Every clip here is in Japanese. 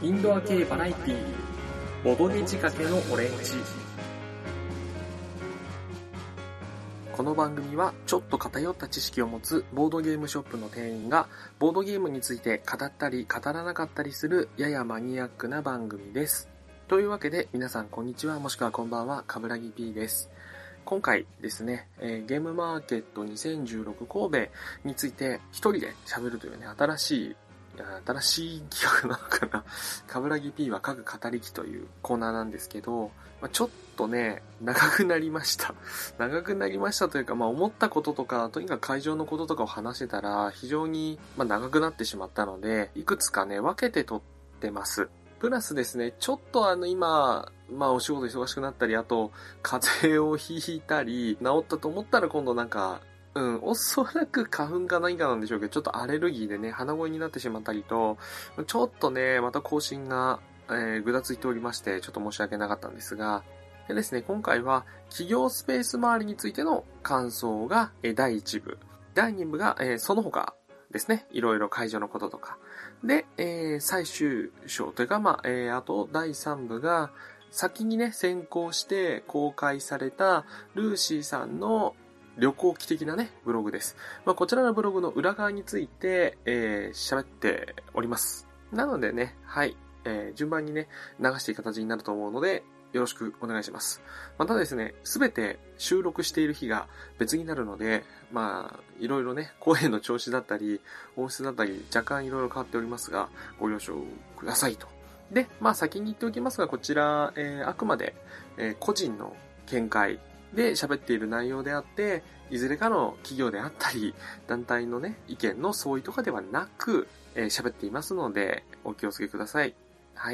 インドア系バラエティーボドゲ仕掛けのオレンジ。この番組はちょっと偏った知識を持つボードゲームショップの店員がボードゲームについて語ったり語らなかったりするややマニアックな番組です。というわけで皆さんこんにちは、もしくはこんばんは、かぶらぎ P です。今回ですね、ゲームマーケット2016神戸について一人で喋るというね、新しい企画なのかな。かぶらぎ P は各語り機というコーナーなんですけど、ちょっとね、長くなりましたというか、思ったこととか、とにかく会場のこととかを話してたら、非常に長くなってしまったので、いくつかね、分けて撮ってます。プラスですね、ちょっと今、お仕事忙しくなったり、あと、風邪をひいたり、治ったと思ったら今度おそらく花粉か何かなんでしょうけど、ちょっとアレルギーでね、鼻声になってしまったりと、ちょっとね、また更新が、ぐだついておりまして、ちょっと申し訳なかったんですが、でですね、今回は企業スペース周りについての感想が第1部。第2部がその他ですね、いろいろ会場のこととか。で、最終章というか、あと第3部が、先にね、先行して公開されたルーシーさんの旅行記的なね、ブログです。こちらのブログの裏側について、喋っております。なのでね、はい、順番にね、流していく形になると思うので、よろしくお願いします。またですね、すべて収録している日が別になるので、いろいろね、声の調子だったり、音質だったり、若干いろいろ変わっておりますが、ご了承くださいと。で、先に言っておきますが、こちら、あくまで、個人の見解で喋っている内容であって、いずれかの企業であったり、団体のね、意見の相違とかではなく、喋っていますので、お気をつけください。はい。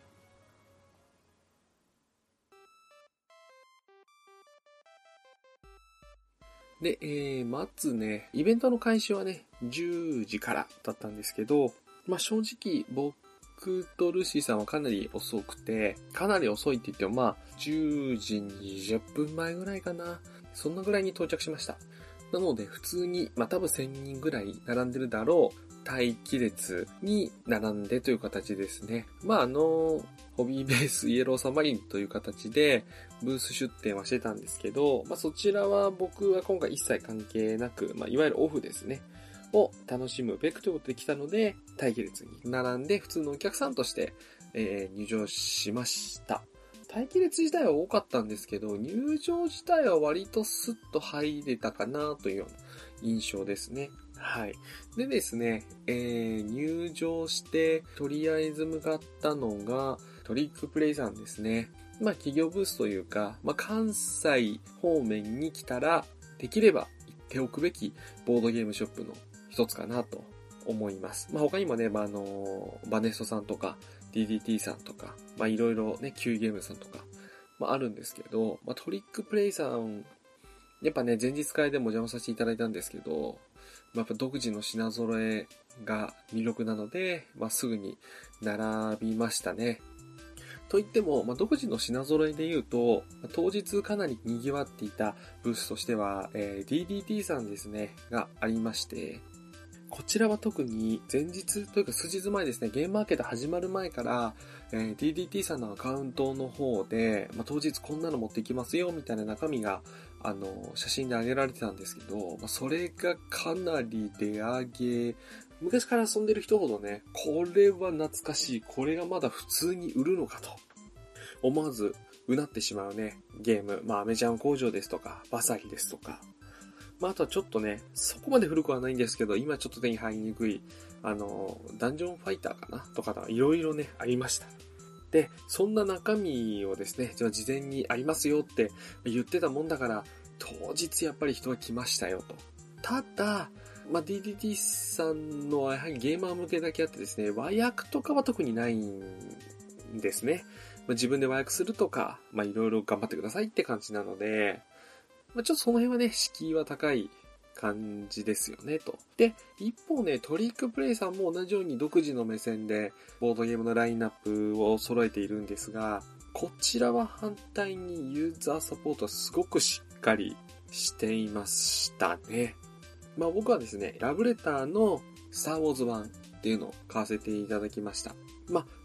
で、まずね、イベントの開始はね、10時からだったんですけど、正直、僕とルーシーさんはかなり遅くて、かなり遅いって言っても10時20分前ぐらいかな。そんなぐらいに到着しました。なので、普通に、多分1000人ぐらい並んでるだろう、待機列に並んでという形ですね。ホビーベースイエローサマリンという形でブース出店はしてたんですけど、そちらは僕は今回一切関係なく、いわゆるオフですね。を楽しむべくということで来たので、待機列に並んで普通のお客さんとして、入場しました。待機列自体は多かったんですけど、入場自体は割とスッと入れたかなというような印象ですね。はい。でですね、入場して、とりあえず向かったのが、トリックプレイさんですね。企業ブースというか、関西方面に来たら、できれば行っておくべきボードゲームショップの一つかなと思います。他にもね、バネストさんとか、DDT さんとか、いろいろね、Qゲームさんとか、あるんですけど、トリックプレイさん、やっぱね、前日会でもお邪魔させていただいたんですけど、やっぱ独自の品揃えが魅力なので、すぐに並びましたね。といっても、独自の品揃えで言うと、当日かなり賑わっていたブースとしては、DDT さんですね、がありまして、こちらは特に前日というか数日前ですね、ゲームマーケット始まる前から、DDT さんのアカウントの方で、当日こんなの持ってきますよみたいな中身が、写真で上げられてたんですけど、それがかなり出上げ、昔から遊んでる人ほどね、これは懐かしい、これがまだ普通に売るのかと、思わずうなってしまうね、ゲーム、アメジャン工場ですとか、バサリですとか、あとはちょっとね、そこまで古くはないんですけど、今ちょっと手に入りにくい、ダンジョンファイターかなとか、いろいろね、ありました。で、そんな中身をですね、事前にありますよって言ってたもんだから、当日やっぱり人が来ましたよと。ただ、DDT さんのやはりゲーマー向けだけあってですね、和訳とかは特にないんですね。自分で和訳するとか、いろいろ頑張ってくださいって感じなので、ちょっとその辺はね、敷居は高い感じですよね、と。で、一方ね、トリックプレイさんも同じように独自の目線で、ボードゲームのラインナップを揃えているんですが、こちらは反対にユーザーサポートはすごくしっかりしていましたね。僕はですね、ラブレターのスターウォーズ1っていうのを買わせていただきました。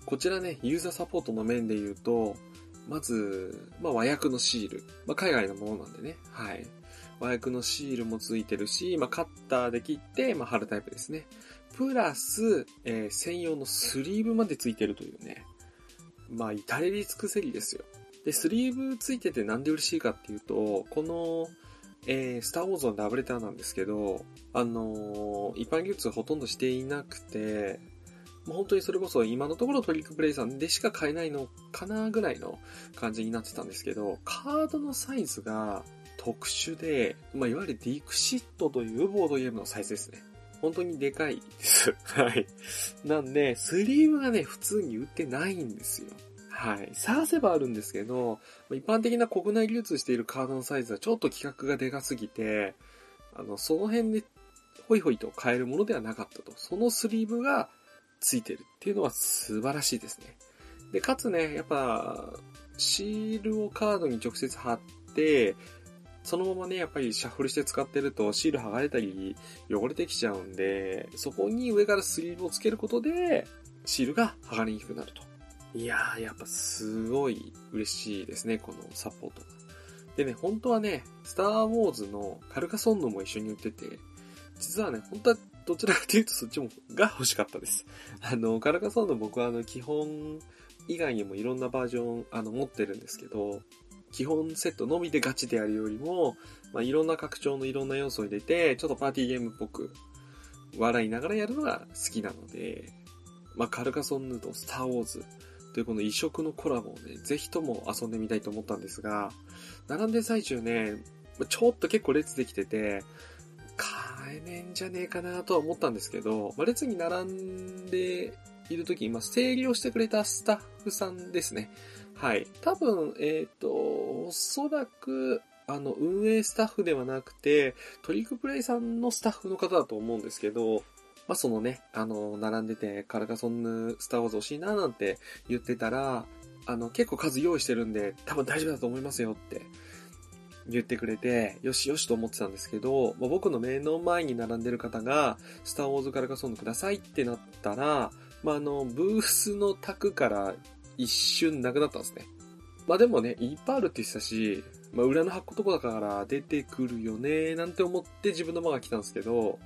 こちらね、ユーザーサポートの面で言うと、まず、和訳のシール。海外のものなんでね。はい。和訳のシールもついてるし、カッターで切って、貼るタイプですね。プラス、専用のスリーブまでついてるというね。至れり尽くせりですよ。で、スリーブついててなんで嬉しいかっていうと、この、スターウォーズのラブレターなんですけど、一般流通ほとんどしていなくて、もう本当にそれこそ今のところトリックプレイさんでしか買えないのかなぐらいの感じになってたんですけど、カードのサイズが特殊で、いわゆるディクシットというボードゲームのサイズですね。本当にでかいです。はい。なんで、スリーブがね、普通に売ってないんですよ。はい。探せばあるんですけど、一般的な国内流通しているカードのサイズはちょっと規格がでかすぎて、その辺でホイホイと買えるものではなかったと。そのスリーブがついてるっていうのは素晴らしいですね。で、かつね、やっぱ、シールをカードに直接貼って、そのままね、やっぱりシャッフルして使ってるとシール剥がれたり汚れてきちゃうんで、そこに上からスリーブをつけることで、シールが剥がれにくくなると。いやー、やっぱすごい嬉しいですね、このサポートが。でね、本当はね、スターウォーズのカルカソンヌも一緒に売ってて、実はね、本当はどちらかというとそっちもが欲しかったです。カルカソンヌ僕は基本以外にもいろんなバージョン持ってるんですけど、基本セットのみでガチでやるよりも、いろんな拡張のいろんな要素を入れて、ちょっとパーティーゲームっぽく笑いながらやるのが好きなので、カルカソンヌとスターウォーズというこの異色のコラボをね、ぜひとも遊んでみたいと思ったんですが、並んでる最中ね、ちょっと結構列できてて、買えねえんじゃねえかなとは思ったんですけど、列に並んでいるとき、整理をしてくれたスタッフさんですね。はい。多分、おそらく、運営スタッフではなくて、トリックプレイさんのスタッフの方だと思うんですけど、そのね、並んでて、カルカソンヌスターウォーズ欲しいななんて言ってたら、結構数用意してるんで、多分大丈夫だと思いますよって言ってくれて、よしよしと思ってたんですけど、僕の目の前に並んでる方が、スターウォーズカルカソンヌくださいってなったら、ブースの卓から一瞬なくなったんですね。でもね、いっぱいあるって言ってたし、裏の箱とこだから出てくるよねなんて思って自分の番が来たんですけど、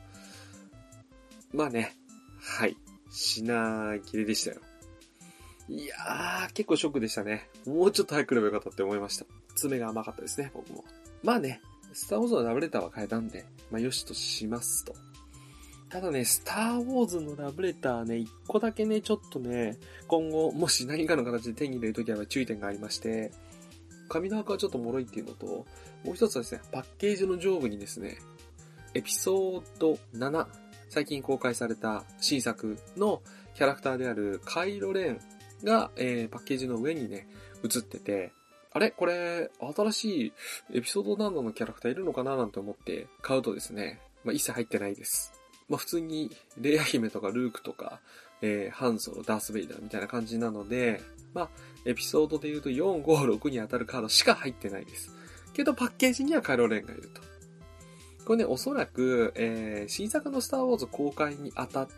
はい。品切れでしたよ。いやー、結構ショックでしたね。もうちょっと早く来ればよかったって思いました。爪が甘かったですね、僕も。スターウォーズのラブレターは変えたんで、よしとしますと。ただね、スターウォーズのラブレターね、一個だけね、ちょっとね、今後、もし何かの形で手に入れるときは注意点がありまして、紙の箱はちょっと脆いっていうのと、もう一つはですね、パッケージの上部にですね、エピソード7、最近公開された新作のキャラクターであるカイロレンが、パッケージの上にね、映ってて、あれこれ、新しいエピソード7のキャラクターいるのかななんて思って買うとですね、一切入ってないです。普通にレイヤ姫とかルークとか、ハンソロ、ダースベイダーみたいな感じなので、エピソードで言うと4、5、6に当たるカードしか入ってないです。けどパッケージにはカイロレンがいると。これね、おそらく、新作のスターウォーズ公開にあたって、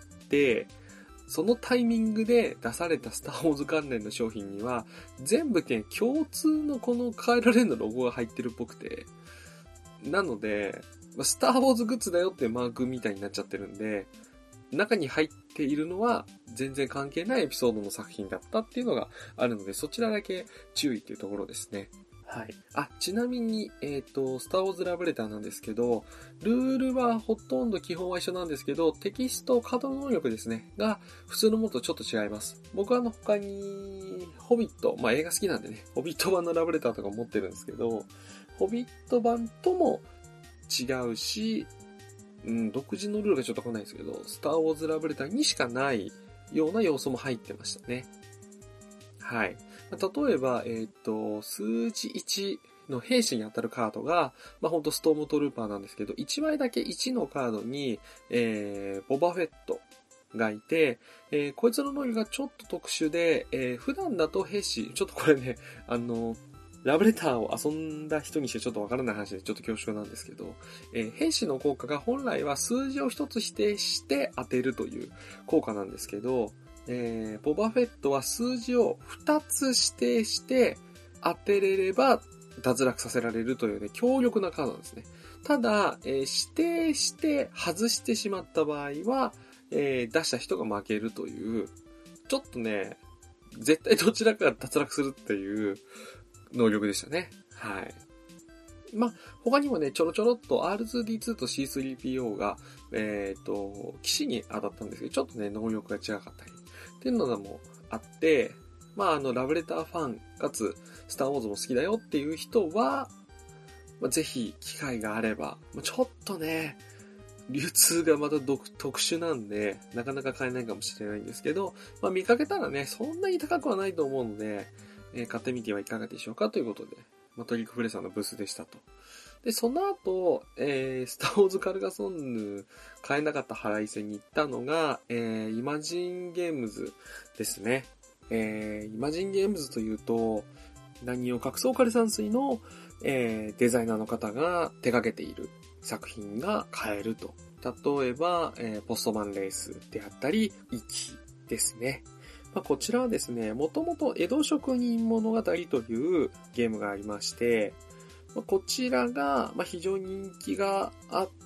そのタイミングで出されたスターウォーズ関連の商品には、全部ね、共通のこのカイロレンのロゴが入ってるっぽくて、なので、スターウォーズグッズだよってマークみたいになっちゃってるんで、中に入っているのは全然関係ないエピソードの作品だったっていうのがあるので、そちらだけ注意っていうところですね。はい。ちなみに、スターウォーズラブレターなんですけど、ルールはほとんど基本は一緒なんですけど、テキスト、カード能力ですね、が普通のものとちょっと違います。僕は他に、ホビット、映画好きなんでね、ホビット版のラブレターとか持ってるんですけど、ホビット版とも違うし、独自のルールがちょっと来ないですけど、スターウォーズラブレターにしかないような要素も入ってましたね。はい。例えば、数字1の兵士に当たるカードが、ほんとストームトルーパーなんですけど、1枚だけ1のカードに、ボバフェットがいて、こいつの能力がちょっと特殊で、普段だと兵士、ちょっとこれね、ラブレターを遊んだ人にしてちょっとわからない話でちょっと恐縮なんですけど、兵士の効果が本来は数字を一つ指定して当てるという効果なんですけど、 ボバフェットは数字を2つ指定して当てれれば脱落させられるというね、強力なカードなんですね。ただ、指定して外してしまった場合は、出した人が負けるという、ちょっとね、絶対どちらかが脱落するっていう能力でしたね。はい。まあ、他にもね、ちょろちょろっと R2D2 と C3PO が、騎士に当たったんですけど、ちょっとね、能力が違かったり、っていうのもあって、まあ、ラブレターファン、かつ、スターウォーズも好きだよっていう人は、まあ、ぜひ、機会があれば、ちょっとね、流通がまた特殊なんで、なかなか買えないかもしれないんですけど、まあ、見かけたらね、そんなに高くはないと思うので、買ってみてはいかがでしょうかということで、トリックフレさんのブースでしたと。で、その後、スターウォーズカルガソンヌ買えなかった払い戦に行ったのが、イマジンゲームズですね。イマジンゲームズというと、何を隠そう枯山水の、デザイナーの方が手掛けている作品が買えると。例えば、ポストマンレースであったり、イキですね。こちらはですね、もともと江戸職人物語というゲームがありまして、こちらが非常に人気があって、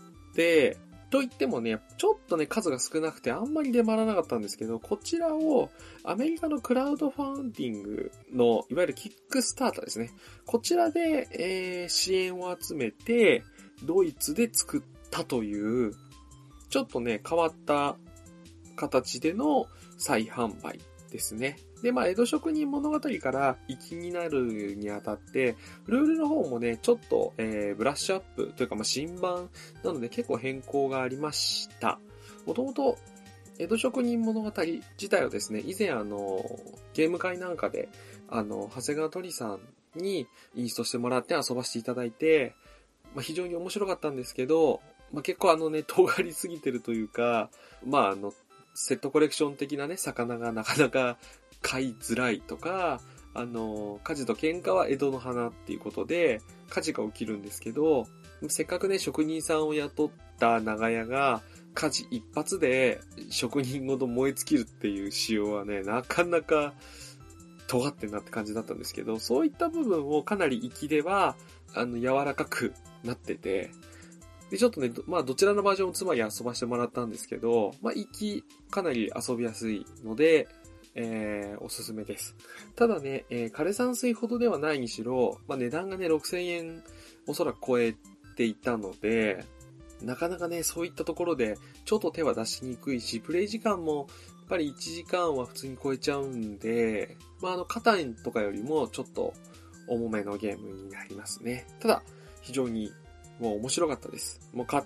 といってもね、ちょっとね、数が少なくてあんまり出回らなかったんですけど、こちらをアメリカのクラウドファンディングの、いわゆるキックスターターですね。こちらで、支援を集めて、ドイツで作ったという、ちょっとね、変わった形での再販売ですね。で、江戸職人物語から粋になるにあたって、ルールの方もね、ちょっと、ブラッシュアップというか、新版なので結構変更がありました。もともと、江戸職人物語自体をですね、以前ゲーム会なんかで、長谷川鳥さんにインストしてもらって遊ばせていただいて、非常に面白かったんですけど、結構尖りすぎてるというか、セットコレクション的なね、魚がなかなか買いづらいとか、火事と喧嘩は江戸の花っていうことで、火事が起きるんですけど、せっかくね、職人さんを雇った長屋が、火事一発で職人ごと燃え尽きるっていう仕様はね、なかなか尖ってんなって感じだったんですけど、そういった部分をかなり粋では、柔らかくなってて、で、ちょっとね、どちらのバージョンを妻に遊ばせてもらったんですけど、かなり遊びやすいので、おすすめです。ただね、枯山水ほどではないにしろ、値段がね、6000円おそらく超えていたので、なかなかね、そういったところで、ちょっと手は出しにくいし、プレイ時間も、やっぱり1時間は普通に超えちゃうんで、カタンとかよりもちょっと重めのゲームになりますね。ただ、非常にもう面白かったです。もう買って、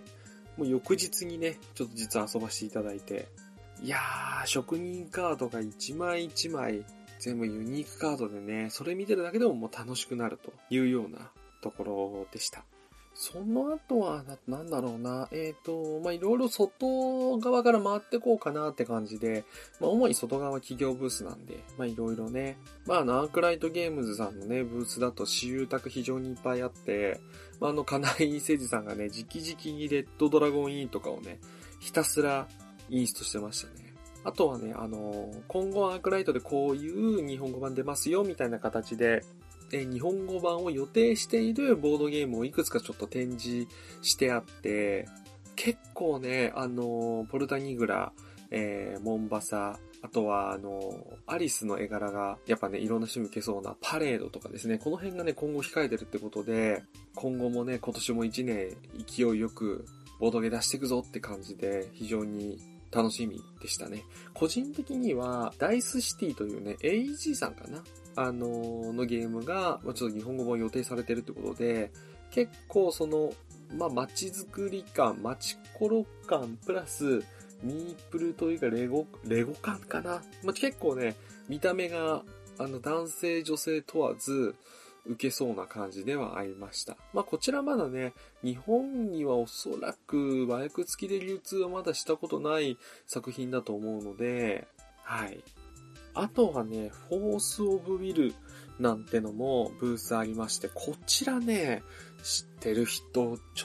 もう翌日にね、ちょっと実は遊ばせていただいて、いやー、職人カードが一枚一枚全部ユニークカードでね、それ見てるだけでももう楽しくなるというようなところでした。その後は、なんだろうな、いろいろ外側から回ってこうかなって感じで、主に外側企業ブースなんで、いろいろね、アークライトゲームズさんのね、ブースだと私有宅非常にいっぱいあって、金井誠司さんがね、直々にレッドドラゴンインとかをね、ひたすらインストしてましたね。あとはね、今後アークライトでこういう日本語版出ますよ、みたいな形で、日本語版を予定しているボードゲームをいくつかちょっと展示してあって、結構ね、ポルタニグラ、モンバサ、あとはアリスの絵柄がやっぱね、いろんな人に受けそうなパレードとかですね、この辺がね、今後控えてるってことで、今後もね、今年も1年勢いよくボードゲー出していくぞって感じで、非常に楽しみでしたね。個人的には、ダイスシティというね、AEG さんかなのゲームが、ちょっと日本語版予定されてるってことで、結構街づくり感、街コロ感、プラス、ミープルというかレゴ感かな。結構ね、見た目が、男性、女性問わず、受けそうな感じではありました。こちらまだね、日本にはおそらく和訳付きで流通はまだしたことない作品だと思うので、はい。あとはね、フォースオブウィルなんてのもブースありまして、こちらね、知ってる人ちょっ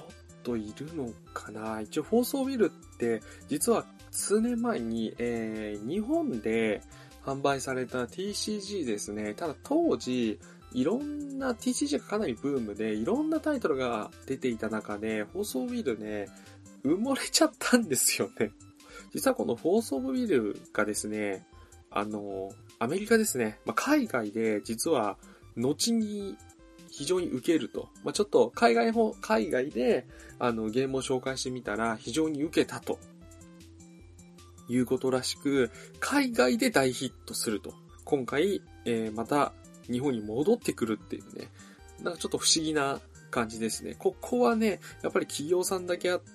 といるのかな。一応、フォースオブウィルって、実は数年前に、日本で販売された TCG ですね。ただ当時、いろんな TCG がかなりブームで、いろんなタイトルが出ていた中で、フォースオブウィルね、埋もれちゃったんですよね。実はこのフォースオブウィルがですね、アメリカですね、海外で実は後に非常に受けると。ちょっと海外でゲームを紹介してみたら非常に受けたということらしく、海外で大ヒットすると。今回、また日本に戻ってくるっていうね、なんかちょっと不思議な感じですね。ここはね、やっぱり企業さんだけあって、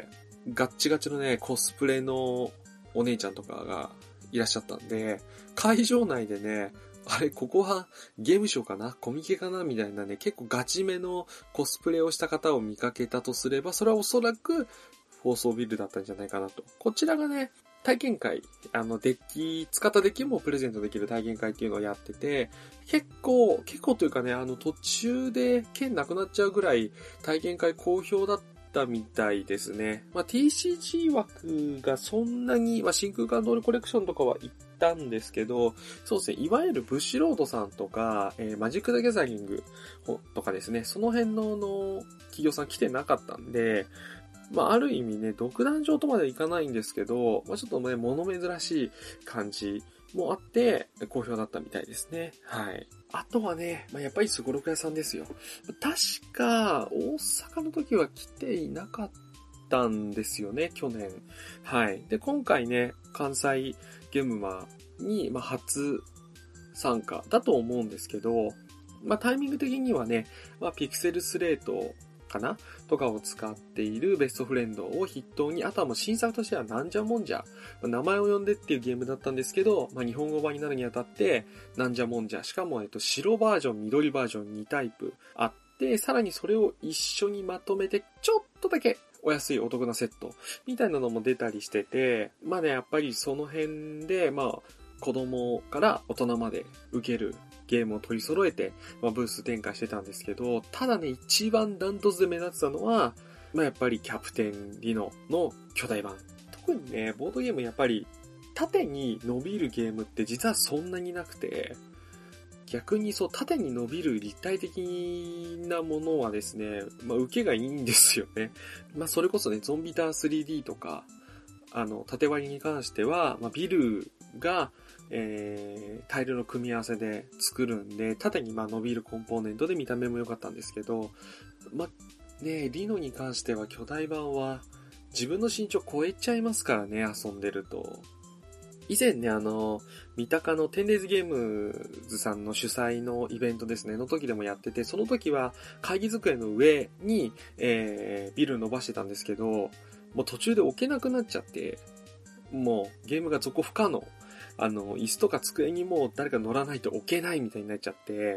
ガッチガチのね、コスプレのお姉ちゃんとかがいらっしゃったんで、会場内でね、あれ、ここはゲームショーかなコミケかなみたいなね、結構ガチめのコスプレをした方を見かけたとすれば、それはおそらくフォースオブウィルだったんじゃないかなと。こちらがね、体験会、使ったデッキもプレゼントできる体験会っていうのをやってて、結構というかね、途中で剣なくなっちゃうぐらい体験会好評だったみたいですね。TCG 枠がそんなに、真空管ドールコレクションとかは行ったんですけど、そうですね、いわゆるブッシュロードさんとか、マジック・ザ・ギャザリングとかですね、その辺の企業さん来てなかったんで、ある意味ね、独壇場とまではいかないんですけど、ちょっとね、物珍しい感じもあって、好評だったみたいですね。はい。あとはね、やっぱりスゴロク屋さんですよ。確か、大阪の時は来ていなかったんですよね、去年。はい。で、今回ね、関西ゲームマに、初参加だと思うんですけど、タイミング的にはね、ピクセルスレートかなとかを使っているベストフレンドを筆頭に、あとはもう新作としてはなんじゃもんじゃ、名前を呼んでっていうゲームだったんですけど、日本語版になるにあたって、なんじゃもんじゃ、しかも白バージョン、緑バージョン2タイプあって、さらにそれを一緒にまとめて、ちょっとだけお安いお得なセットみたいなのも出たりしてて、やっぱりその辺で、子供から大人まで受けるゲームを取り揃えて、ブース展開してたんですけど、ただね、一番ダントツで目立ってたのは、やっぱりキャプテンリノの巨大版。特にね、ボードゲームやっぱり縦に伸びるゲームって実はそんなになくて、逆に縦に伸びる立体的なものはですね、受けがいいんですよね。それこそね、ゾンビター 3D とか、縦割りに関しては、ビルが、タイルの組み合わせで作るんで、縦に伸びるコンポーネントで見た目も良かったんですけど、リノに関しては巨大版は自分の身長超えちゃいますからね、遊んでると。以前ね、三鷹のテンデイズゲームズさんの主催のイベントですね、の時でもやってて、その時は会議机の上に、ビル伸ばしてたんですけど、もう途中で置けなくなっちゃって、もうゲームが続行不可能。椅子とか机にもう誰か乗らないと置けないみたいになっちゃって、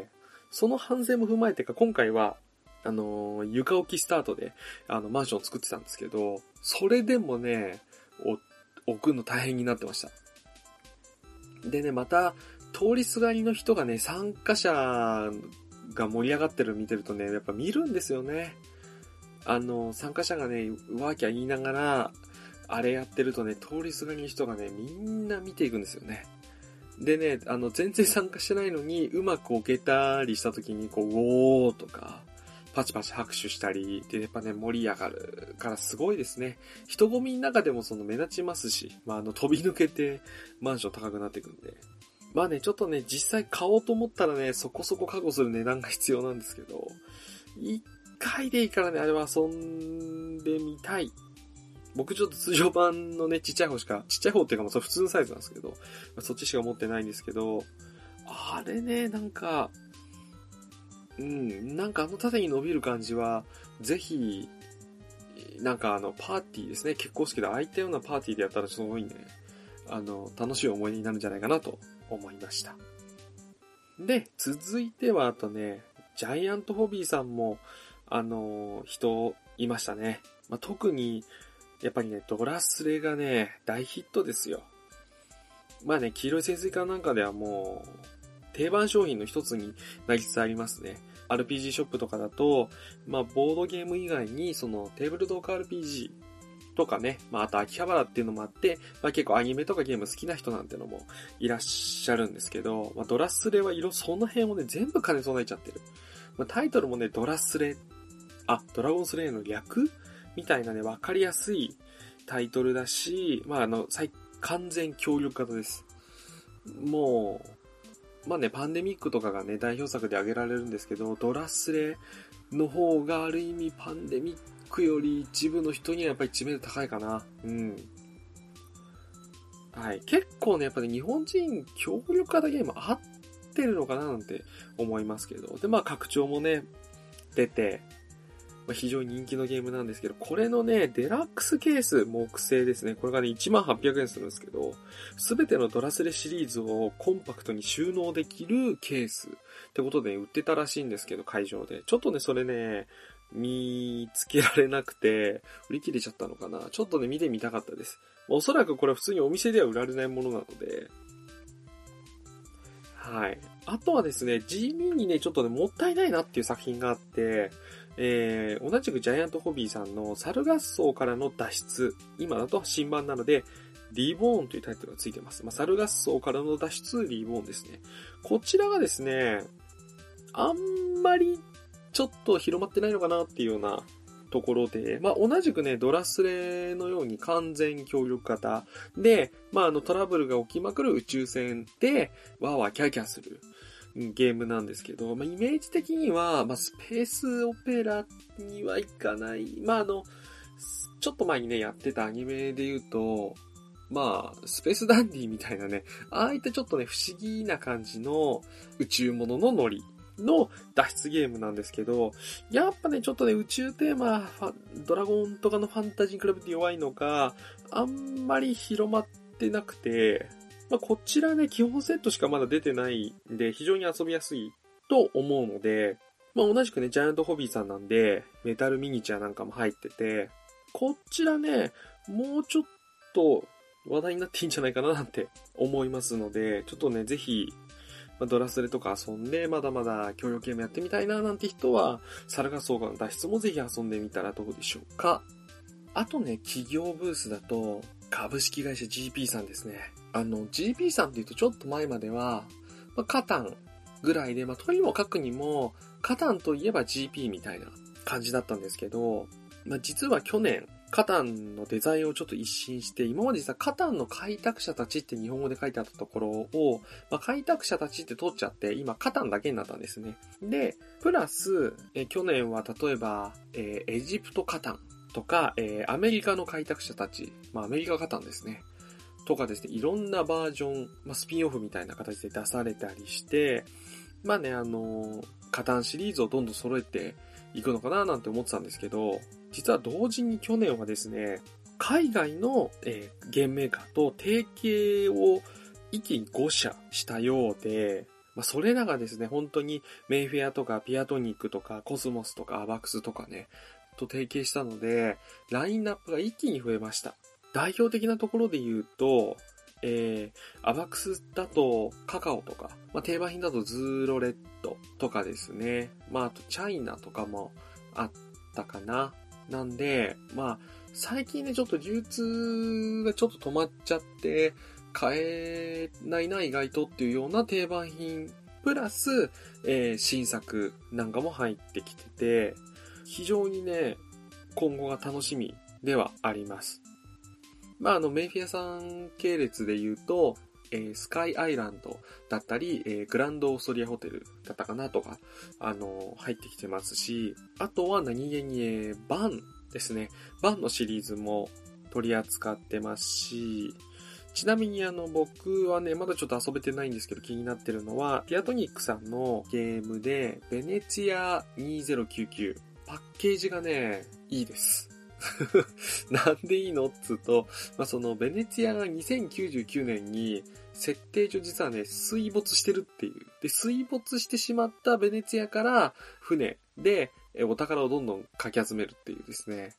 その反省も踏まえてか、今回は、床置きスタートで、マンションを作ってたんですけど、それでもね、置くの大変になってました。でね、また、通りすがりの人がね、参加者が盛り上がってるの見てるとね、やっぱ見るんですよね。参加者がね、ワーキャー言いながら、あれやってるとね、通りすがりの人がね、みんな見ていくんですよね。でね、全然参加してないのに、うまく置けたりした時に、ウォーとか、パチパチ拍手したり、で、やっぱね、盛り上がるからすごいですね。人混みの中でも目立ちますし、飛び抜けて、マンション高くなっていくんで。ちょっとね、実際買おうと思ったらね、そこそこ確保する値段が必要なんですけど、一回でいいからね、あれは遊んでみたい。僕ちょっと通常版のね、ちっちゃい方っていうか普通のサイズなんですけど、そっちしか持ってないんですけど、あれね、なんか縦に伸びる感じは、ぜひ、パーティーですね、結婚式で空いたようなパーティーでやったらすごいね、楽しい思い出になるんじゃないかなと思いました。で、続いてはあとね、ジャイアントホビーさんも、人いましたね。特に、やっぱりね、ドラスレがね、大ヒットですよ。黄色い潜水艦なんかではもう、定番商品の一つになりつつありますね。 RPG ショップとかだと、まあ、ボードゲーム以外に、その、テーブルトーク RPG とかね、まあ、あと秋葉原っていうのもあって、まあ、結構アニメとかゲーム好きな人なんてのもいらっしゃるんですけど、まあ、ドラスレはその辺をね、全部兼ね備えちゃってる。まあ、タイトルもね、ドラゴンスレイの略みたいなね、わかりやすいタイトルだし、まあ、完全協力型です。もう、まあね、パンデミックとかがね、代表作で挙げられるんですけど、ドラスレの方がある意味パンデミックより一部の人にはやっぱり知名度高いかな。うん。はい。結構ね、やっぱり日本人協力型ゲーム合ってるのかななんて思いますけど。で、まあ拡張もね、出て、まあ、非常に人気のゲームなんですけど、これのね、デラックスケース、木製ですね。これがね、1800円するんですけど、すべてのドラスレシリーズをコンパクトに収納できるケースってことで売ってたらしいんですけど、会場で。ちょっとね、それね、見つけられなくて、売り切れちゃったのかな。ちょっとね、見てみたかったです。おそらくこれは普通にお店では売られないものなので、はい。あとはですね、地味にね、ちょっとね、もったいないなっていう作品があって、同じくジャイアントホビーさんの猿合奏からの脱出。今だと新版なので、リボーンというタイトルがついてます。まあ、猿合奏からの脱出、リボーンですね。こちらがですね、あんまりちょっと広まってないのかなっていうようなところで、まあ、同じくね、ドラスレのように完全協力型で、まあ、トラブルが起きまくる宇宙船で、わーわーキャーキャーするゲームなんですけど、まあ、イメージ的には、まあ、スペースオペラにはいかない。まあ、ちょっと前にね、やってたアニメで言うと、まあ、スペースダンディみたいなね、ああいったちょっとね、不思議な感じの宇宙もののノリの脱出ゲームなんですけど、やっぱね、ちょっとね、宇宙テーマ、ドラゴンとかのファンタジーに比べて弱いのか、あんまり広まってなくて、まあ、こちらね、基本セットしかまだ出てないんで、非常に遊びやすいと思うので、まあ、同じくね、ジャイアントホビーさんなんで、メタルミニチュアなんかも入ってて、こちらね、もうちょっと話題になっていいんじゃないかななんて思いますので、ちょっとね、ぜひ、ドラスレとか遊んで、まだまだ協力ゲームやってみたいななんて人は、サルガソーガの脱出もぜひ遊んでみたらどうでしょうか。あとね、企業ブースだと、株式会社 GP さんですね。GP さんって言うとちょっと前までは、カタンぐらいで、とにもかくにも、カタンといえば GP みたいな感じだったんですけど、実は去年、カタンのデザインをちょっと一新して、今までカタンの開拓者たちって日本語で書いてあったところを、開拓者たちって取っちゃって、今カタンだけになったんですね。で、プラス、去年は例えば、エジプトカタンとか、アメリカの開拓者たち、アメリカカタンですね。とかですね、いろんなバージョン、スピンオフみたいな形で出されたりして、カタンシリーズをどんどん揃えていくのかななんて思ってたんですけど、実は同時に去年はですね、海外の、ゲームメーカーと提携を一気に5社したようで、それらがですね、本当にメイフェアとかピアトニックとかコスモスとかアバクスとかね、と提携したので、ラインナップが一気に増えました。代表的なところで言うと、アバクスだとカカオとか、定番品だとズーロレッドとかですね。あとチャイナとかもあったかな。なんで、最近ね、ちょっと流通がちょっと止まっちゃって、買えないな意外とっていうような定番品、プラス、新作なんかも入ってきてて、非常にね、今後が楽しみではあります。メイフィアさん系列で言うと、スカイアイランドだったり、グランドオーストリアホテルだったかなとか、入ってきてますし、あとは何気に、バンですね。バンのシリーズも取り扱ってますし、ちなみに僕はね、まだちょっと遊べてないんですけど気になってるのは、ピアトニックさんのゲームで、ベネツィア2099。パッケージがね、いいです。なんでいいのっつうと、そのベネツィアが2099年に設定上実はね、水没してるっていう。で、水没してしまったベネツィアから船でお宝をどんどんかき集めるっていうですね。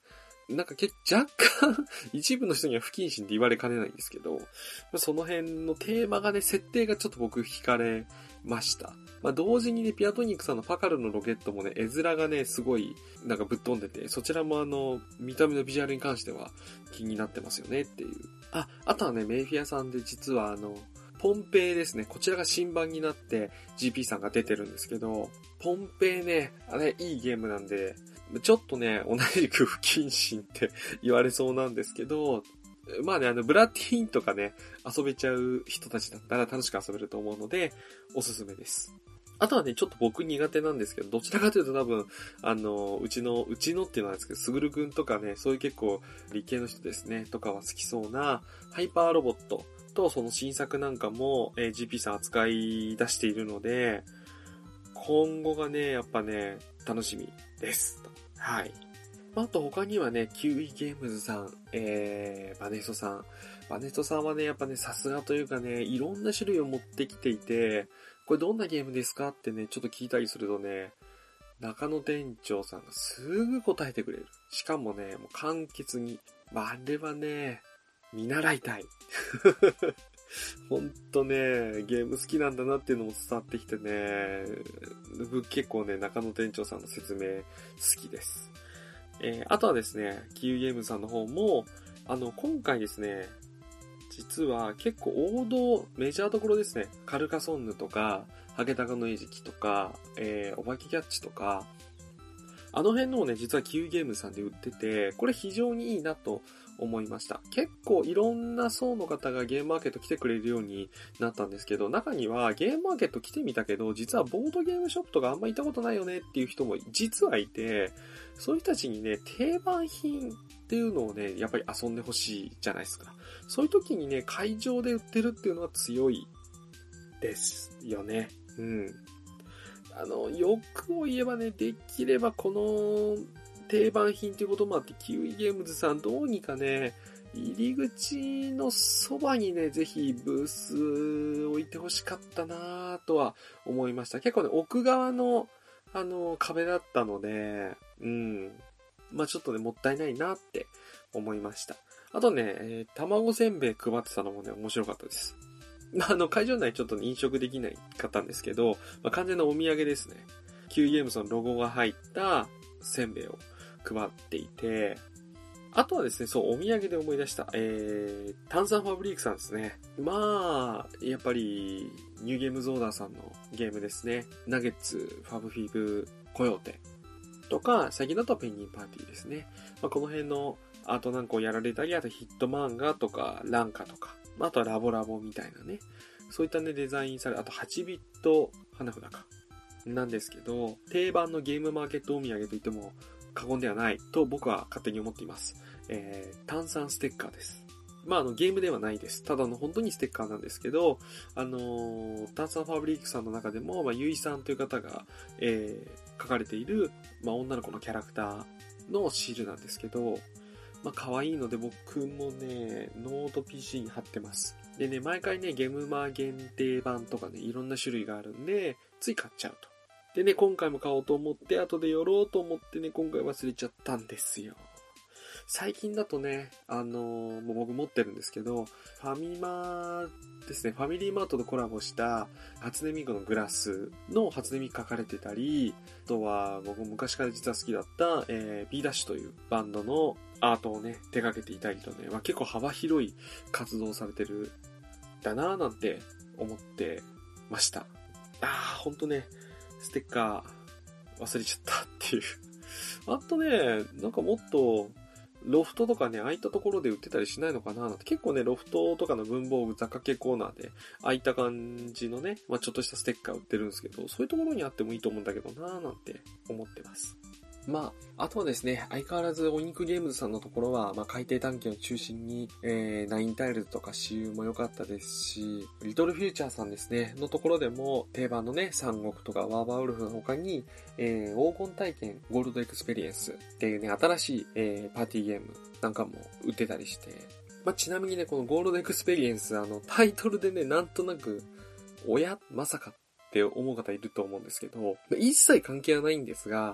なんか若干一部の人には不謹慎って言われかねないんですけど、その辺のテーマがね、設定がちょっと僕惹かれました。同時にね、ピアトニックさんのパカルのロケットもね、絵面がね、すごい、なんかぶっ飛んでて、そちらも見た目のビジュアルに関しては気になってますよねっていう。あとはね、メイフィアさんで実はポンペイですね。こちらが新版になって GP さんが出てるんですけど、ポンペイね、あれいいゲームなんで、ちょっとね、同じく不謹慎って言われそうなんですけど、ブラティーンとかね、遊べちゃう人たちだったら楽しく遊べると思うので、おすすめです。あとはね、ちょっと僕苦手なんですけど、どちらかというと多分、うちのっていうのなんですけど、すぐるくんとかね、そういう結構理系の人ですね、とかは好きそうな、ハイパーロボットとその新作なんかも、GP さん扱い出しているので、今後がね、やっぱね、楽しみです。はい。あと他にはね、キウイゲームズさん、バネストさん。バネストさんはね、やっぱね、さすがというかね、いろんな種類を持ってきていて、これどんなゲームですかってね、ちょっと聞いたりするとね、中野店長さんがすぐ答えてくれる。しかもね、もう簡潔に。あれはね、見習いたい。ほんとね、ゲーム好きなんだなっていうのも伝わってきてね、結構ね、中野店長さんの説明好きです。あとはですね、キウイゲームさんの方も、今回ですね、実は結構王道、メジャーどころですね、カルカソンヌとか、ハゲタカの餌食とか、お化けキャッチとか、あの辺のをね、実はキウイゲームさんで売ってて、これ非常にいいなと思いました。結構いろんな層の方がゲームマーケット来てくれるようになったんですけど、中にはゲームマーケット来てみたけど、実はボードゲームショップとかあんま行ったことないよねっていう人も実はいて、そういう人たちにね、定番品っていうのをね、やっぱり遊んでほしいじゃないですか。そういう時にね、会場で売ってるっていうのは強いですよね。うん。欲を言えばね、できればこの定番品ということもあって、キウイゲームズさんどうにかね、入り口のそばにね、ぜひブース置いてほしかったなとは思いました。結構ね、奥側の、壁だったので、うん。ちょっとね、もったいないなって思いました。あとね、卵せんべい配ってたのもね、面白かったです。会場内ちょっと、ね、飲食できないかったんですけど、完全なお土産ですね。キウイゲームズのロゴが入ったせんべいを配っていて、あとはですね、そう、お土産で思い出した、炭酸ファブリークさんですね。やっぱり、ニューゲームズオーダーさんのゲームですね。ナゲッツ、ファブフィーブ、コヨーテとか、最近だとペンギンパーティーですね。この辺のアートなんかをやられたり、あとヒット漫画とか、ランカとか、あとはラボラボみたいなね。そういったね、デザインされ、あと8ビット花札か。なんですけど、定番のゲームマーケットお土産と言っても過言ではないと僕は勝手に思っています。炭酸ステッカーです。ゲームではないです。ただの本当にステッカーなんですけど、炭酸ファブリックさんの中でも、ゆいさんという方が、書かれている、女の子のキャラクターのシールなんですけど、可愛いので僕もね、ノート PC に貼ってます。でね、毎回ね、ゲームマー限定版とかね、いろんな種類があるんで、つい買っちゃうと。でね、今回も買おうと思って、後で寄ろうと思ってね、今回忘れちゃったんですよ。最近だとね、もう僕持ってるんですけど、ファミマですね、ファミリーマートとコラボした初音ミクのグラスの初音ミク書かれてたり、あとは僕昔から実は好きだった、B ダッシュというバンドのアートをね、手掛けていたりとね、結構幅広い活動をされてるだなぁなんて思ってました。ほんとね、ステッカー忘れちゃったっていう。あとね、なんかもっと、ロフトとかね、ああいったところで売ってたりしないのかななんて。結構ね、ロフトとかの文房具雑貨系コーナーで、ああいった感じのね、ちょっとしたステッカー売ってるんですけど、そういうところにあってもいいと思うんだけどななんて思ってます。あとはですね、相変わらずお肉ゲームズさんのところは、海底探検を中心に、ナインタイルズとか私有も良かったですし、リトルフューチャーさんですね、のところでも、定番のね、三国とかワーバーウルフの他に、黄金体験ゴールドエクスペリエンスっていうね、新しい、パーティーゲームなんかも売ってたりして、ちなみにね、このゴールドエクスペリエンス、タイトルでね、なんとなく、まさかって思う方いると思うんですけど、一切関係はないんですが、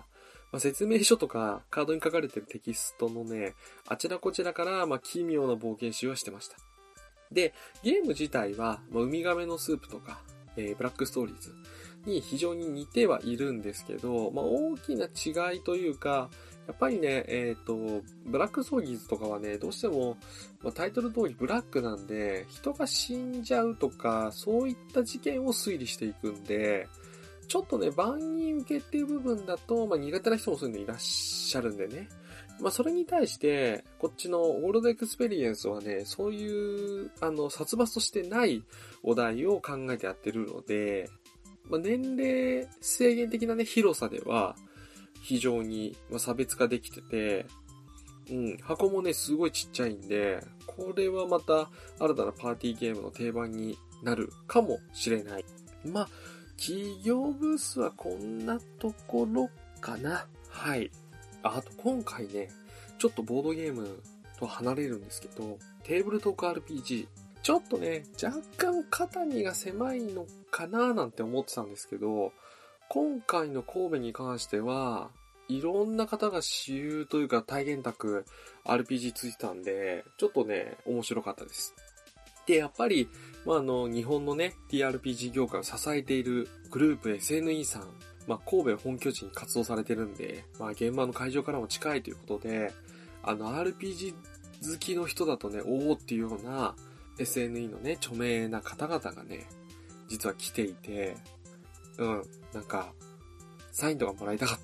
説明書とかカードに書かれてるテキストのね、あちらこちらから、奇妙な冒険集はしてました。で、ゲーム自体は、ウミガメのスープとか、ブラックストーリーズに非常に似てはいるんですけど、大きな違いというか、やっぱりね、ブラックストーリーズとかはね、どうしても、タイトル通りブラックなんで、人が死んじゃうとか、そういった事件を推理していくんで、ちょっとね、万人受けっていう部分だと、苦手な人もそういうのいらっしゃるんでね。それに対して、こっちのオールドエクスペリエンスはね、そういう、殺伐としてないお題を考えてやってるので、年齢制限的なね、広さでは、非常に差別化できてて、箱もね、すごいちっちゃいんで、これはまた新たなパーティーゲームの定番になるかもしれない。企業ブースはこんなところかな。はい。あと今回ね、ちょっとボードゲームと離れるんですけど、テーブルトーク RPG。ちょっとね、若干肩身が狭いのかななんて思ってたんですけど、今回の神戸に関しては、いろんな方が私有というか体験宅 RPG ついてたんで、ちょっとね、面白かったです。で、やっぱり、日本のね、TRPG 業界を支えているグループ SNE さん、神戸本拠地に活動されてるんで、現場の会場からも近いということで、RPG 好きの人だとね、おーっていうような SNE のね、著名な方々がね、実は来ていて、サインとかもらいたかった。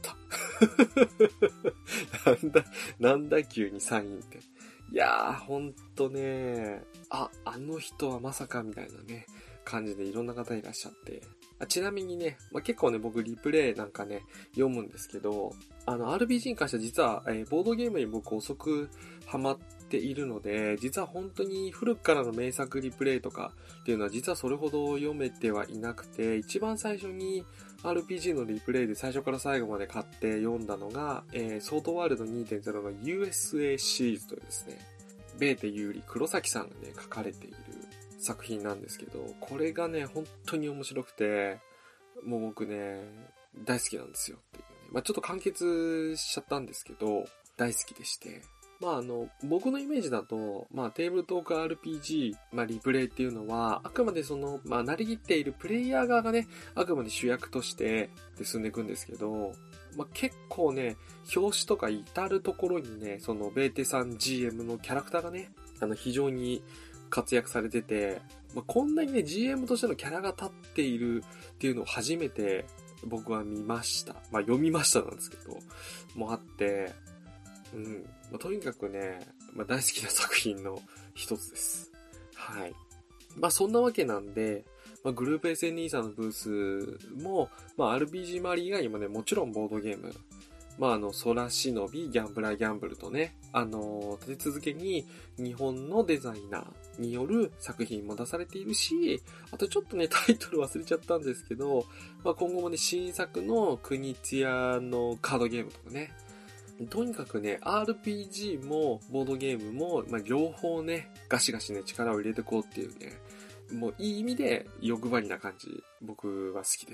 なんだ急にサインって。いやー、ほんとね、あの人はまさかみたいなね、感じでいろんな方いらっしゃって。ちなみにね、結構ね、僕リプレイなんかね、読むんですけど、RPG に関しては実は、ボードゲームに僕遅くハマっているので、実は本当に古くからの名作リプレイとかっていうのは実はそれほど読めてはいなくて、一番最初に RPG のリプレイで最初から最後まで買って読んだのが、ソードワールド 2.0 の USA シリーズというですね、ベーテユーリ黒崎さんがね、書かれている作品なんですけど、これがね、本当に面白くて、もう僕ね、大好きなんですよっていうね。ちょっと完結しちゃったんですけど、大好きでして。僕のイメージだと、テーブルトーク RPG、リプレイっていうのは、あくまでなりきっているプレイヤー側がね、あくまで主役として進んでいくんですけど、結構ね、表紙とか至るところにね、ベーテさん GM のキャラクターがね、非常に活躍されてて、こんなにね、GM としてのキャラが立っているっていうのを初めて僕は見ました。読みましたなんですけど、もあって、とにかくね、大好きな作品の一つです。はい。そんなわけなんで、グループ SNE さんのブースも、RPG 周り以外にもね、もちろんボードゲーム、空忍び、ギャンブラーギャンブルとね、立て続けに日本のデザイナーによる作品も出されているし、あとちょっとね、タイトル忘れちゃったんですけど、今後もね、新作の国津屋のカードゲームとかね、とにかくね、RPG もボードゲームも、両方ね、ガシガシね、力を入れてこうっていうね、もういい意味で欲張りな感じ、僕は好きです。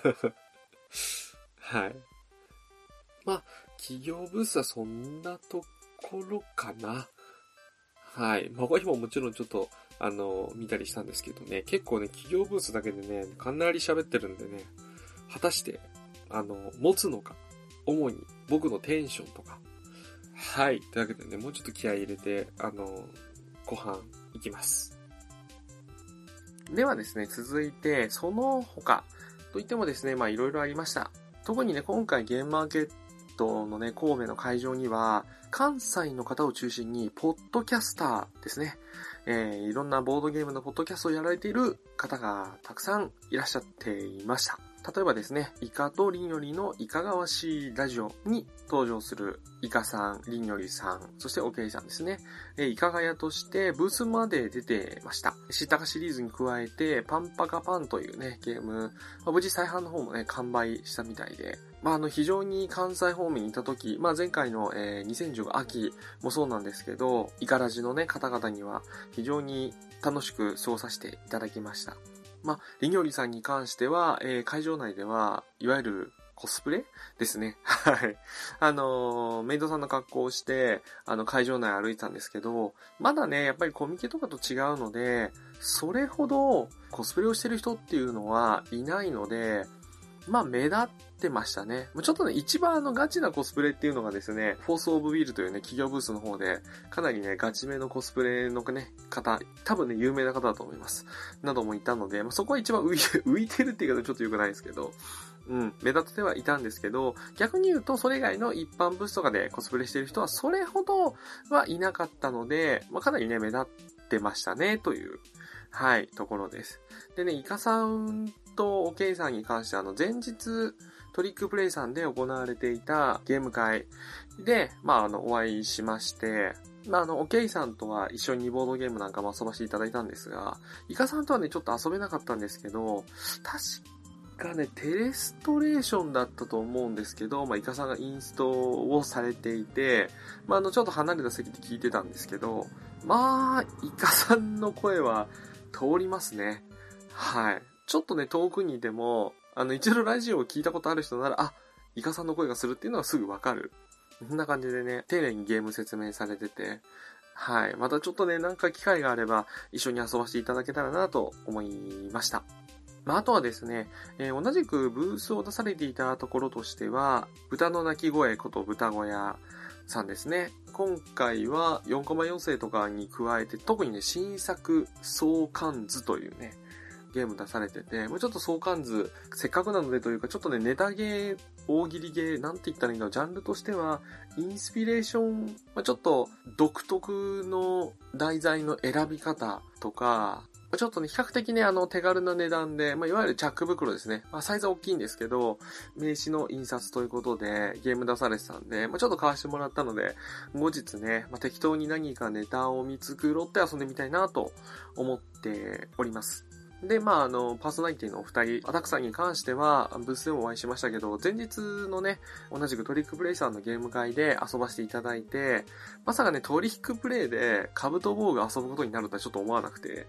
はい。企業ブースはそんなところかな。はい。他にももちろんちょっと、見たりしたんですけどね、結構ね、企業ブースだけでね、かなり喋ってるんでね、果たして、持つのか、主に僕のテンションとか。はい。というわけでね、もうちょっと気合い入れて、後半いきます。ではですね、続いて、その他といってもですね、いろいろありました。特にね、今回ゲームマーケットのね、神戸の会場には、関西の方を中心に、ポッドキャスターですね。いろんなボードゲームのポッドキャストをやられている方がたくさんいらっしゃっていました。例えばですね、イカとリンよりのいかがわしいラジオに登場するイカさん、リンよりさん、そしてオケイさんですね。イカガヤとしてブースまで出てました。知ったかシリーズに加えて、パンパカパンというね、ゲーム、無事再販の方もね、完売したみたいで、非常に関西方面にいた時、前回の、2015秋もそうなんですけど、イカラジのね、方々には非常に楽しく過ごさせていただきました。リニョリさんに関しては、会場内では、いわゆるコスプレですね。はい。メイドさんの格好をして、会場内歩いてたんですけど、まだね、やっぱりコミケとかと違うので、それほどコスプレをしてる人っていうのはいないので、まあ目立ってましたね。ちょっとね、一番ガチなコスプレっていうのがですね、フォースオブウィルというね、企業ブースの方で、かなりね、ガチめのコスプレのね、方、多分ね、有名な方だと思います。などもいたので、そこは一番浮いてるっていう言い方ちょっと良くないですけど、目立ってはいたんですけど、逆に言うと、それ以外の一般ブースとかでコスプレしてる人はそれほどはいなかったので、かなりね、目立ってましたね、という、はい、ところです。でね、イカさんとおけいさんに関して前日、トリックプレイさんで行われていたゲーム会で、お会いしまして、おけいさんとは一緒にボードゲームなんかも遊ばせていただいたんですが、イカさんとはね、ちょっと遊べなかったんですけど、確かね、テレストレーションだったと思うんですけど、イカさんがインストをされていて、ちょっと離れた席で聞いてたんですけど、イカさんの声は通りますね。はい。ちょっとね、遠くにいても、一度ラジオを聞いたことある人なら、イカさんの声がするっていうのはすぐわかる。こんな感じでね、丁寧にゲーム説明されてて、はい。またちょっとね、なんか機会があれば、一緒に遊ばせていただけたらなと思いました。あとはですね、同じくブースを出されていたところとしては、豚の鳴き声こと豚小屋さんですね。今回は4コマ4世とかに加えて、特にね、新作相関図というね、ゲーム出されてて、ちょっと相関図、せっかくなのでというか、ちょっとね、ネタゲー、大喜利ゲー、なんて言ったらいいんだろう、ジャンルとしては、インスピレーション、ちょっと独特の題材の選び方とか、ちょっとね、比較的ね、手軽な値段で、いわゆるチャック袋ですね。サイズは大きいんですけど、名刺の印刷ということで、ゲーム出されてたんで、ちょっと買わしてもらったので、後日ね、適当に何かネタを見繕って遊んでみたいなと思っております。で、パーソナリティのお二人、アタックさんに関しては、ブースでもお会いしましたけど、前日のね、同じくトリックプレイさんのゲーム会で遊ばせていただいて、まさかね、トリックプレイでカブトボーグ遊ぶことになるとはちょっと思わなくて、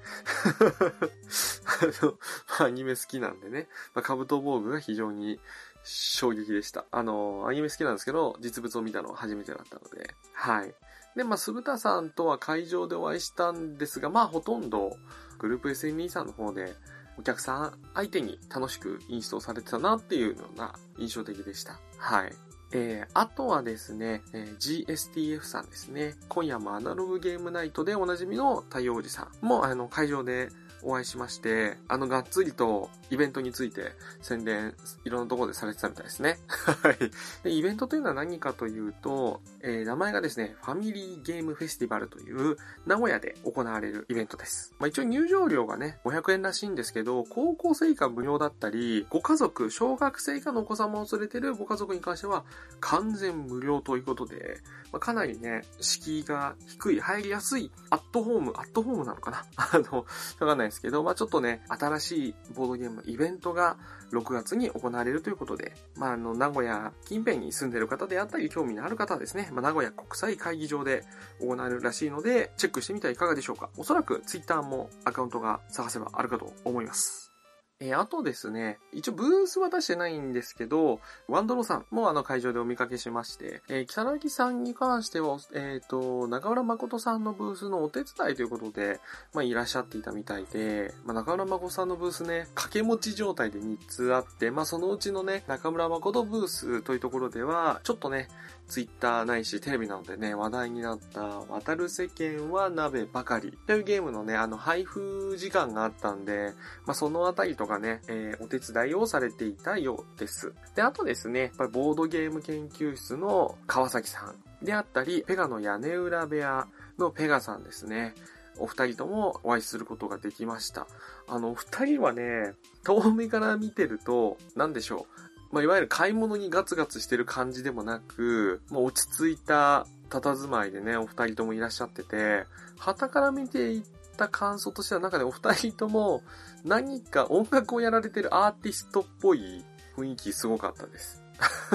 アニメ好きなんでね、カブトボーグが非常に衝撃でした。アニメ好きなんですけど、実物を見たのは初めてだったので、はい。で、酢豚さんとは会場でお会いしたんですが、ほとんど、グループ SNE さんの方でお客さん相手に楽しくインストされてたなっていうような印象的でした。はい。あとはですね、GSTF さんですね。今夜もアナログゲームナイトでおなじみの太陽おじさんも会場でお会いしまして、がっつりとイベントについて宣伝、いろんなところでされてたみたいですね。はい。で、イベントというのは何かというと、名前がですね、ファミリーゲームフェスティバルという名古屋で行われるイベントです。一応入場料がね、500円らしいんですけど、高校生以下無料だったり、ご家族、小学生以下のお子様を連れてるご家族に関しては完全無料ということで、かなりね、敷居が低い、入りやすい、アットホームなのかなわかんないですけど、ちょっとね、新しいボードゲームのイベントが6月に行われるということで、名古屋近辺に住んでる方であったり、興味のある方はですね、名古屋国際会議場で行われるらしいので、チェックしてみてはいかがでしょうか。おそらく Twitter もアカウントが探せばあるかと思います。あとですね、一応ブースは出してないんですけど、ワンドロさんも会場でお見かけしまして、北木さんに関しては、中村誠さんのブースのお手伝いということで、いらっしゃっていたみたいで、中村誠さんのブースね、掛け持ち状態で3つあって、そのうちのね、中村誠ブースというところでは、ちょっとね、ツイッターないしテレビなのでね、話題になった渡る世間は鍋ばかりというゲームのね、配布時間があったんで、そのあたりとかね、お手伝いをされていたようです。で、あとですね、やっぱりボードゲーム研究室の川崎さんであったり、ペガの屋根裏部屋のペガさんですね。お二人ともお会いすることができました。お二人はね、遠目から見てると、なんでしょう。いわゆる買い物にガツガツしてる感じでもなく、落ち着いた佇まいでね、お二人ともいらっしゃってて、傍から見ていった感想としては、なんかね、お二人とも何か音楽をやられてるアーティストっぽい雰囲気すごかったです。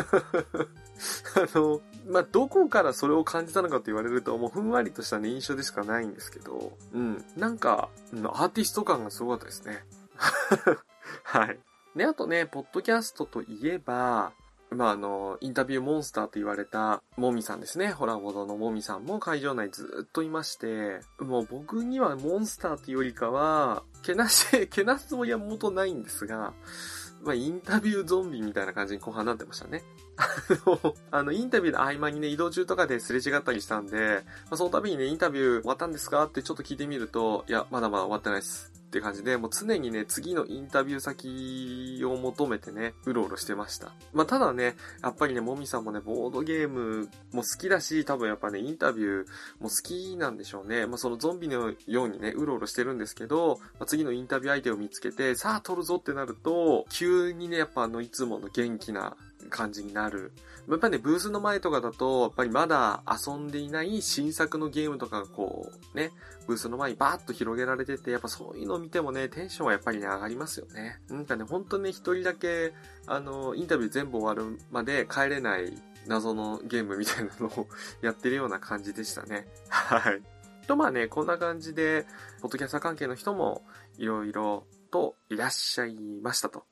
どこからそれを感じたのかと言われると、もうふんわりとしたね、印象でしかないんですけど、なんか、アーティスト感がすごかったですね。はい。で、あとね、ポッドキャストといえば、 インタビューモンスターと言われたもみさんですね。ホラボドのもみさんも会場内ずっといまして、もう僕にはモンスターというよりかは、けなすつもりは元ないんですが、インタビューゾンビみたいな感じに後半なってましたね。インタビューの合間にね、移動中とかですれ違ったりしたんで、その度にね、インタビュー終わったんですかってちょっと聞いてみると、いや、まだまだ終わってないです。っていう感じで、もう常にね、次のインタビュー先を求めてね、うろうろしてました。ただね、やっぱりね、もみさんもね、ボードゲームも好きだし、多分やっぱね、インタビューも好きなんでしょうね。そのゾンビのようにね、うろうろしてるんですけど、次のインタビュー相手を見つけて、さあ撮るぞってなると、急にね、やっぱいつもの元気な感じになる。やっぱりね、ブースの前とかだと、やっぱりまだ遊んでいない新作のゲームとかがブースの前にバーッと広げられてて、やっぱそういうのを見てもね、テンションはやっぱりね、上がりますよね。本当ね、一人だけ、インタビュー全部終わるまで帰れない謎のゲームみたいなのをやってるような感じでしたね。はい。と、こんな感じで、ポッドキャスター関係の人もいろいろといらっしゃいましたと。